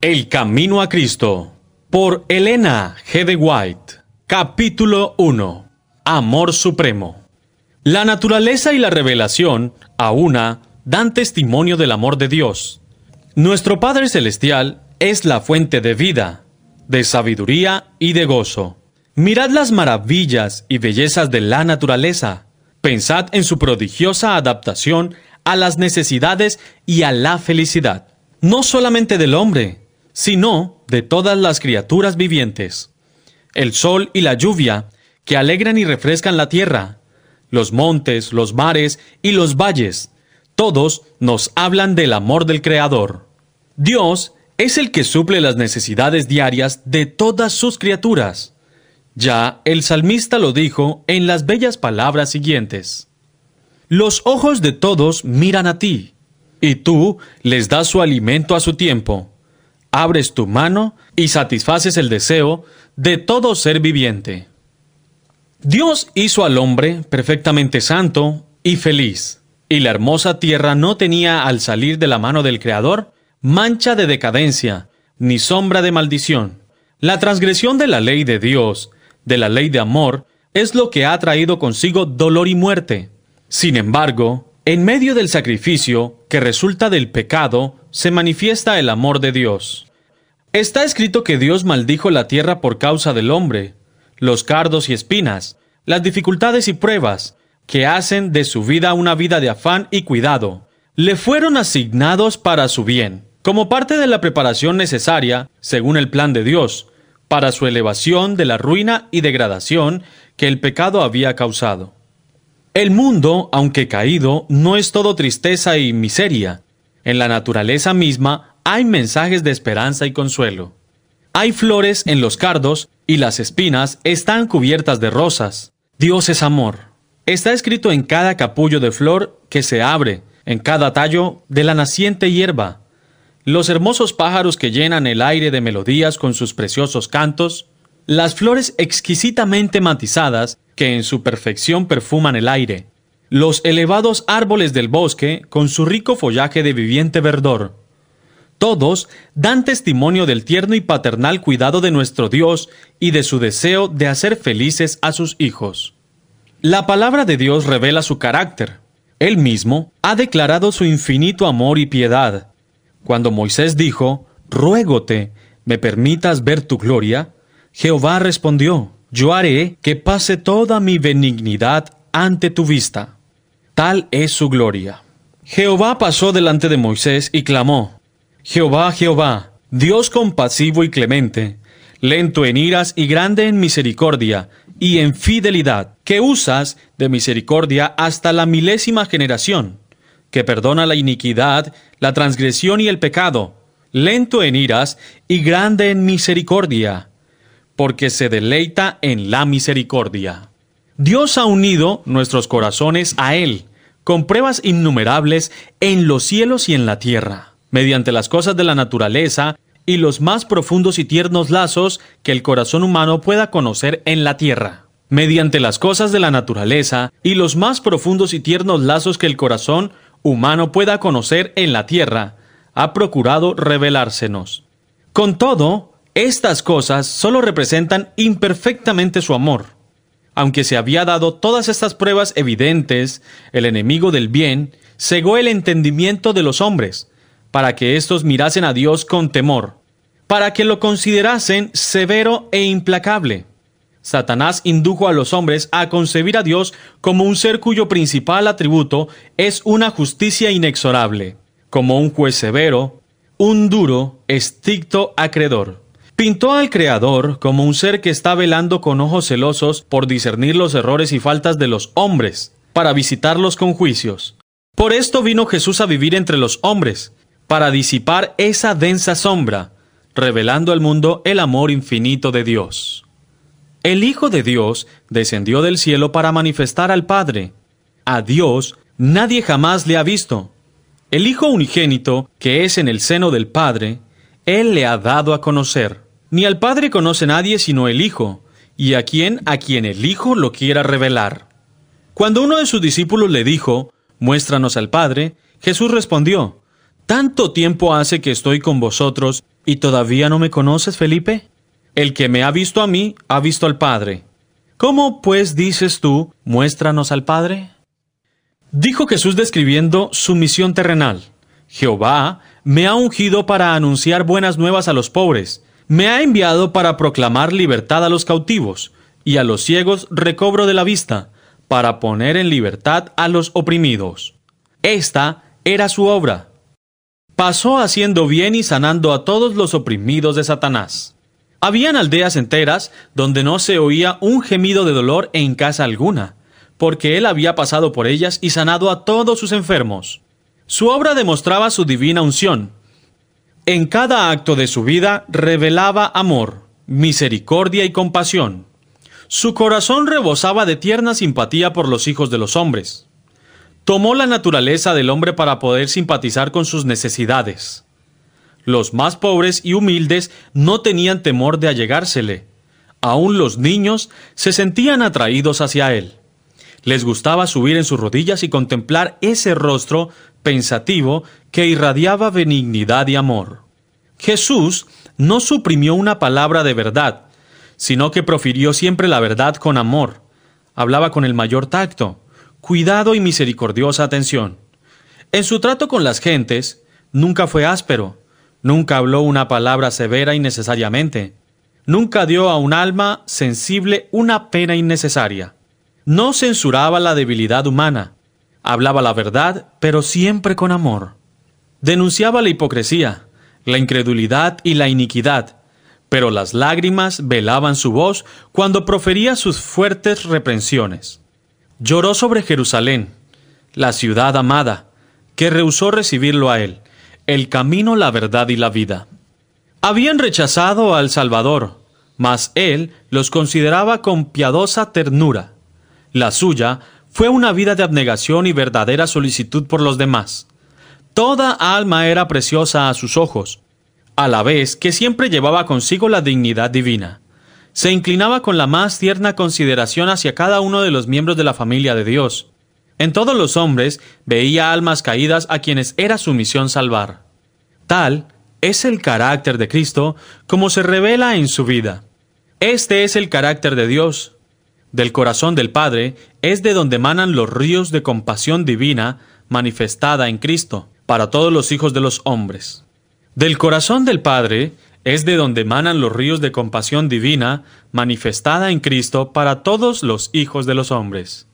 El Camino a Cristo, por Elena G. de White. Capítulo 1. Amor Supremo. La naturaleza y la revelación, a una, dan testimonio del amor de Dios. Nuestro Padre Celestial es la fuente de vida, de sabiduría y de gozo. Mirad las maravillas y bellezas de la naturaleza. Pensad en su prodigiosa adaptación a las necesidades y a la felicidad, no solamente del hombre, sino de todas las criaturas vivientes. El sol y la lluvia, que alegran y refrescan la tierra, los montes, los mares y los valles, todos nos hablan del amor del Creador. Dios es el que suple las necesidades diarias de todas sus criaturas. Ya el salmista lo dijo en las bellas palabras siguientes: Los ojos de todos miran a ti, y tú les das su alimento a su tiempo. Abres tu mano y satisfaces el deseo de todo ser viviente. Dios hizo al hombre perfectamente santo y feliz, y la hermosa tierra no tenía, al salir de la mano del Creador, mancha de decadencia, ni sombra de maldición. La transgresión de la ley de Dios, de la ley de amor, es lo que ha traído consigo dolor y muerte. Sin embargo, en medio del sacrificio que resulta del pecado, se manifiesta el amor de Dios. Está escrito que Dios maldijo la tierra por causa del hombre, los cardos y espinas, las dificultades y pruebas, que hacen de su vida una vida de afán y cuidado. Le fueron asignados para su bien, como parte de la preparación necesaria, según el plan de Dios, para su elevación de la ruina y degradación que el pecado había causado. El mundo, aunque caído, no es todo tristeza y miseria. En la naturaleza misma hay mensajes de esperanza y consuelo. Hay flores en los cardos y las espinas están cubiertas de rosas. Dios es amor. Está escrito en cada capullo de flor que se abre, en cada tallo de la naciente hierba. Los hermosos pájaros que llenan el aire de melodías con sus preciosos cantos, las flores exquisitamente matizadas que en su perfección perfuman el aire, los elevados árboles del bosque con su rico follaje de viviente verdor. Todos dan testimonio del tierno y paternal cuidado de nuestro Dios y de su deseo de hacer felices a sus hijos. La palabra de Dios revela su carácter. Él mismo ha declarado su infinito amor y piedad. Cuando Moisés dijo: «Ruégote, me permitas ver tu gloria», Jehová respondió: «Yo haré que pase toda mi benignidad ante tu vista». Tal es su gloria. Jehová pasó delante de Moisés y clamó: «Jehová, Jehová, Dios compasivo y clemente, lento en iras y grande en misericordia y en fidelidad, que usas de misericordia hasta la 1000ª generación, que perdona la iniquidad, la transgresión y el pecado, lento en iras y grande en misericordia, porque se deleita en la misericordia». Dios ha unido nuestros corazones a Él, con pruebas innumerables en los cielos y en la tierra, mediante las cosas de la naturaleza y los más profundos y tiernos lazos que el corazón humano pueda conocer en la tierra. Mediante las cosas de la naturaleza y los más profundos y tiernos lazos que el corazón humano pueda conocer en la tierra, ha procurado revelársenos. Con todo, estas cosas solo representan imperfectamente su amor. Aunque se había dado todas estas pruebas evidentes, el enemigo del bien cegó el entendimiento de los hombres, para que éstos mirasen a Dios con temor, para que lo considerasen severo e implacable. Satanás indujo a los hombres a concebir a Dios como un ser cuyo principal atributo es una justicia inexorable, como un juez severo, un duro, estricto acreedor. Pintó al Creador como un ser que está velando con ojos celosos por discernir los errores y faltas de los hombres, para visitarlos con juicios. Por esto vino Jesús a vivir entre los hombres, para disipar esa densa sombra, revelando al mundo el amor infinito de Dios. El Hijo de Dios descendió del cielo para manifestar al Padre. A Dios nadie jamás le ha visto. El Hijo unigénito, que es en el seno del Padre, Él le ha dado a conocer. Ni al Padre conoce nadie sino el Hijo, y a quien el Hijo lo quiera revelar. Cuando uno de sus discípulos le dijo: «Muéstranos al Padre», Jesús respondió: «Tanto tiempo hace que estoy con vosotros, ¿Y todavía no me conoces, Felipe? El que me ha visto a mí, ha visto al Padre. ¿Cómo, pues, dices tú, muéstranos al Padre? Dijo Jesús describiendo su misión terrenal. Jehová me ha ungido para anunciar buenas nuevas a los pobres. Me ha enviado para proclamar libertad a los cautivos, y a los ciegos recobro de la vista, para poner en libertad a los oprimidos. Esta era su obra. Pasó haciendo bien y sanando a todos los oprimidos de Satanás. Habían aldeas enteras donde no se oía un gemido de dolor en casa alguna, porque él había pasado por ellas y sanado a todos sus enfermos. Su obra demostraba su divina unción. En cada acto de su vida revelaba amor, misericordia y compasión. Su corazón rebosaba de tierna simpatía por los hijos de los hombres. Tomó la naturaleza del hombre para poder simpatizar con sus necesidades. Los más pobres y humildes no tenían temor de allegársele. Aún los niños se sentían atraídos hacia él. Les gustaba subir en sus rodillas y contemplar ese rostro pensativo que irradiaba benignidad y amor. Jesús no suprimió una palabra de verdad, sino que profirió siempre la verdad con amor. Hablaba con el mayor tacto, cuidado y misericordiosa atención. En su trato con las gentes, nunca fue áspero, nunca habló una palabra severa innecesariamente, nunca dio a un alma sensible una pena innecesaria. No censuraba la debilidad humana, hablaba la verdad, pero siempre con amor. Denunciaba la hipocresía, la incredulidad y la iniquidad, pero las lágrimas velaban su voz cuando profería sus fuertes reprensiones. Lloró sobre Jerusalén, la ciudad amada, que rehusó recibirlo a él, el camino, la verdad y la vida. Habían rechazado al Salvador, mas él los consideraba con piadosa ternura. La suya fue una vida de abnegación y verdadera solicitud por los demás. Toda alma era preciosa a sus ojos, a la vez que siempre llevaba consigo la dignidad divina. Se inclinaba con la más tierna consideración hacia cada uno de los miembros de la familia de Dios. En todos los hombres veía almas caídas a quienes era su misión salvar. Tal es el carácter de Cristo como se revela en su vida. Este es el carácter de Dios. Del corazón del Padre es de donde emanan los ríos de compasión divina manifestada en Cristo para todos los hijos de los hombres. Del corazón del Padre es de donde emanan los ríos de compasión divina manifestada en Cristo para todos los hijos de los hombres.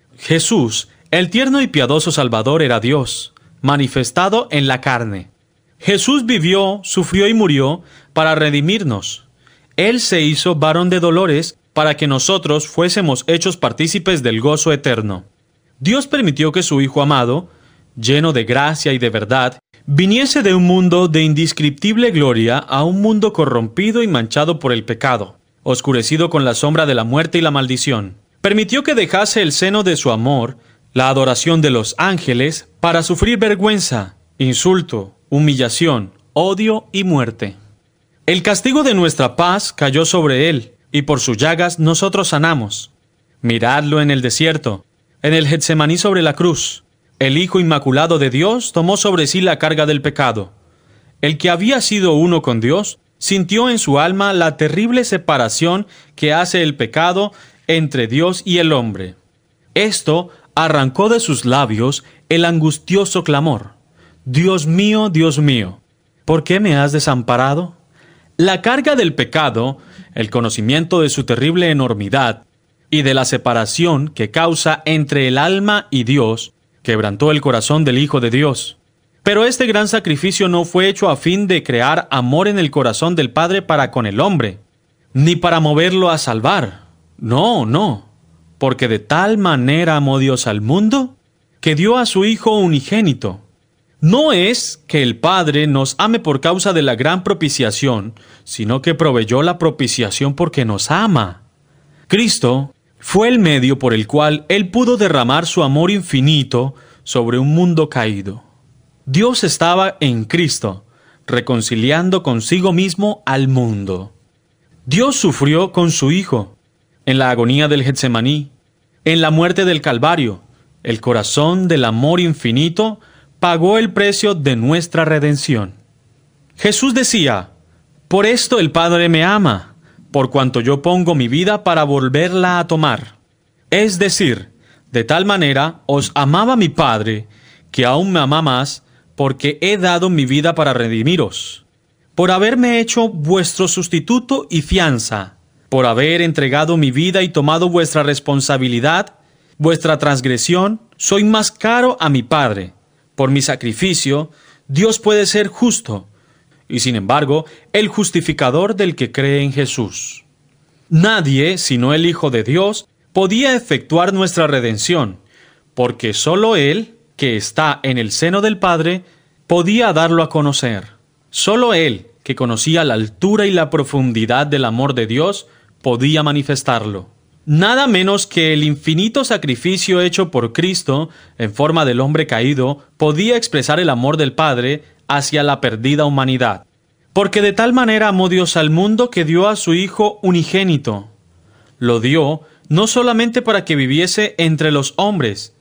Jesús, el tierno y piadoso Salvador, era Dios, manifestado en la carne. Jesús vivió, sufrió y murió para redimirnos. Él se hizo varón de dolores para que nosotros fuésemos hechos partícipes del gozo eterno. Dios permitió que su Hijo amado, lleno de gracia y de verdad, viniese de un mundo de indescriptible gloria a un mundo corrompido y manchado por el pecado, oscurecido con la sombra de la muerte y la maldición. Permitió que dejase el seno de su amor, la adoración de los ángeles, para sufrir vergüenza, insulto, humillación, odio y muerte. El castigo de nuestra paz cayó sobre él, y por sus llagas nosotros sanamos. Miradlo en el desierto, en el Getsemaní sobre la cruz. El Hijo Inmaculado de Dios tomó sobre sí la carga del pecado. El que había sido uno con Dios, sintió en su alma la terrible separación que hace el pecado entre Dios y el hombre. Esto arrancó de sus labios el angustioso clamor: Dios mío, ¿por qué me has desamparado? La carga del pecado, el conocimiento de su terrible enormidad y de la separación que causa entre el alma y Dios, quebrantó el corazón del Hijo de Dios. Pero este gran sacrificio no fue hecho a fin de crear amor en el corazón del Padre para con el hombre, ni para moverlo a salvar. No, porque de tal manera amó Dios al mundo, que dio a su Hijo unigénito. No es que el Padre nos ame por causa de la gran propiciación, sino que proveyó la propiciación porque nos ama. Cristo fue el medio por el cual Él pudo derramar su amor infinito sobre un mundo caído. Dios estaba en Cristo, reconciliando consigo mismo al mundo. Dios sufrió con su Hijo, en la agonía del Getsemaní, en la muerte del Calvario. El corazón del amor infinito pagó el precio de nuestra redención. Jesús decía: Por esto el Padre me ama, por cuanto yo pongo mi vida para volverla a tomar. Es decir, de tal manera os amaba mi Padre, que aún me ama más, porque he dado mi vida para redimiros, por haberme hecho vuestro sustituto y fianza, por haber entregado mi vida y tomado vuestra responsabilidad, vuestra transgresión, soy más caro a mi Padre. Por mi sacrificio, Dios puede ser justo, y sin embargo, el justificador del que cree en Jesús. Nadie, sino el Hijo de Dios, podía efectuar nuestra redención, porque sólo Él, que está en el seno del Padre, podía darlo a conocer. Sólo Él, que conocía la altura y la profundidad del amor de Dios, podía manifestarlo. Nada menos que el infinito sacrificio hecho por Cristo, en forma del hombre caído, podía expresar el amor del Padre hacia la perdida humanidad. Porque de tal manera amó Dios al mundo que dio a su Hijo unigénito. Lo dio no solamente para que viviese entre los hombres,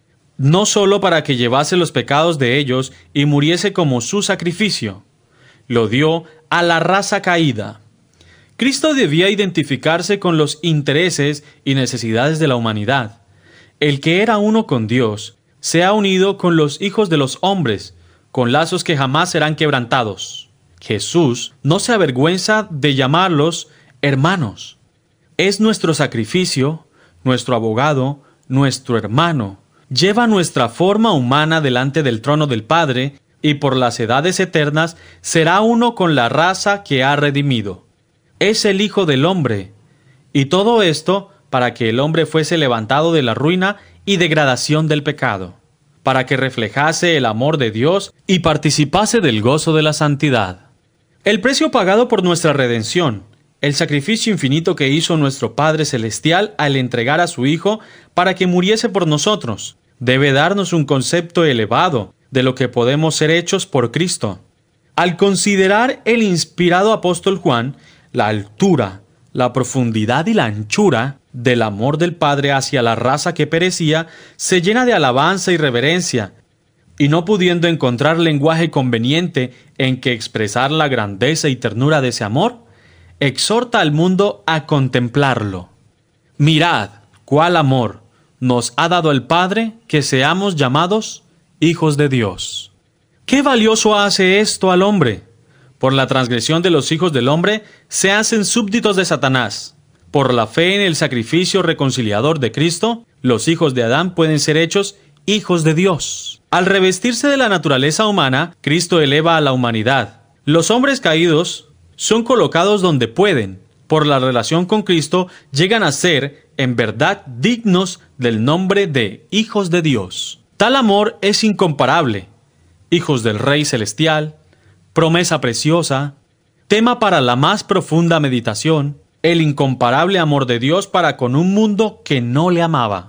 no solo para que llevase los pecados de ellos y muriese como su sacrificio. Lo dio a la raza caída. Cristo debía identificarse con los intereses y necesidades de la humanidad. El que era uno con Dios se ha unido con los hijos de los hombres, con lazos que jamás serán quebrantados. Jesús no se avergüenza de llamarlos hermanos. Es nuestro sacrificio, nuestro abogado, nuestro hermano. Lleva nuestra forma humana delante del trono del Padre y por las edades eternas será uno con la raza que ha redimido. Es el Hijo del Hombre, y todo esto para que el hombre fuese levantado de la ruina y degradación del pecado, para que reflejase el amor de Dios y participase del gozo de la santidad. El precio pagado por nuestra redención, el sacrificio infinito que hizo nuestro Padre Celestial al entregar a su Hijo para que muriese por nosotros, debe darnos un concepto elevado de lo que podemos ser hechos por Cristo. Al considerar el inspirado apóstol Juan, la altura, la profundidad y la anchura del amor del Padre hacia la raza que perecía, se llena de alabanza y reverencia, y no pudiendo encontrar lenguaje conveniente en que expresar la grandeza y ternura de ese amor, exhorta al mundo a contemplarlo. Mirad, cuál amor nos ha dado el Padre, que seamos llamados hijos de Dios. ¿Qué valioso hace esto al hombre? Por la transgresión de los hijos del hombre se hacen súbditos de Satanás. Por la fe en el sacrificio reconciliador de Cristo, los hijos de Adán pueden ser hechos hijos de Dios. Al revestirse de la naturaleza humana, Cristo eleva a la humanidad. Los hombres caídos son colocados donde pueden. Por la relación con Cristo, llegan a ser, en verdad, dignos del nombre de hijos de Dios. Tal amor es incomparable. Hijos del Rey Celestial, promesa preciosa, tema para la más profunda meditación, el incomparable amor de Dios para con un mundo que no le amaba.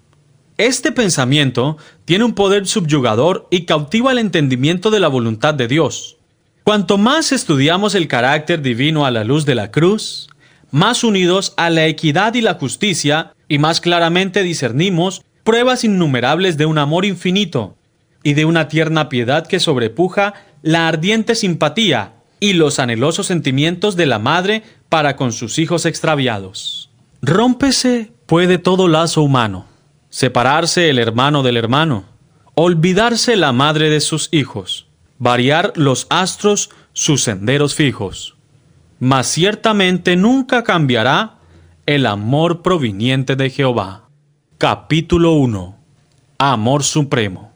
Este pensamiento tiene un poder subyugador y cautiva el entendimiento de la voluntad de Dios. Cuanto más estudiamos el carácter divino a la luz de la cruz, más unidos a la equidad y la justicia, y más claramente discernimos pruebas innumerables de un amor infinito y de una tierna piedad que sobrepuja la ardiente simpatía y los anhelosos sentimientos de la madre para con sus hijos extraviados. Rómpese, puede, todo lazo humano, separarse el hermano del hermano, olvidarse la madre de sus hijos, variar los astros sus senderos fijos, mas ciertamente nunca cambiará el amor proveniente de Jehová. Capítulo 1. Amor supremo.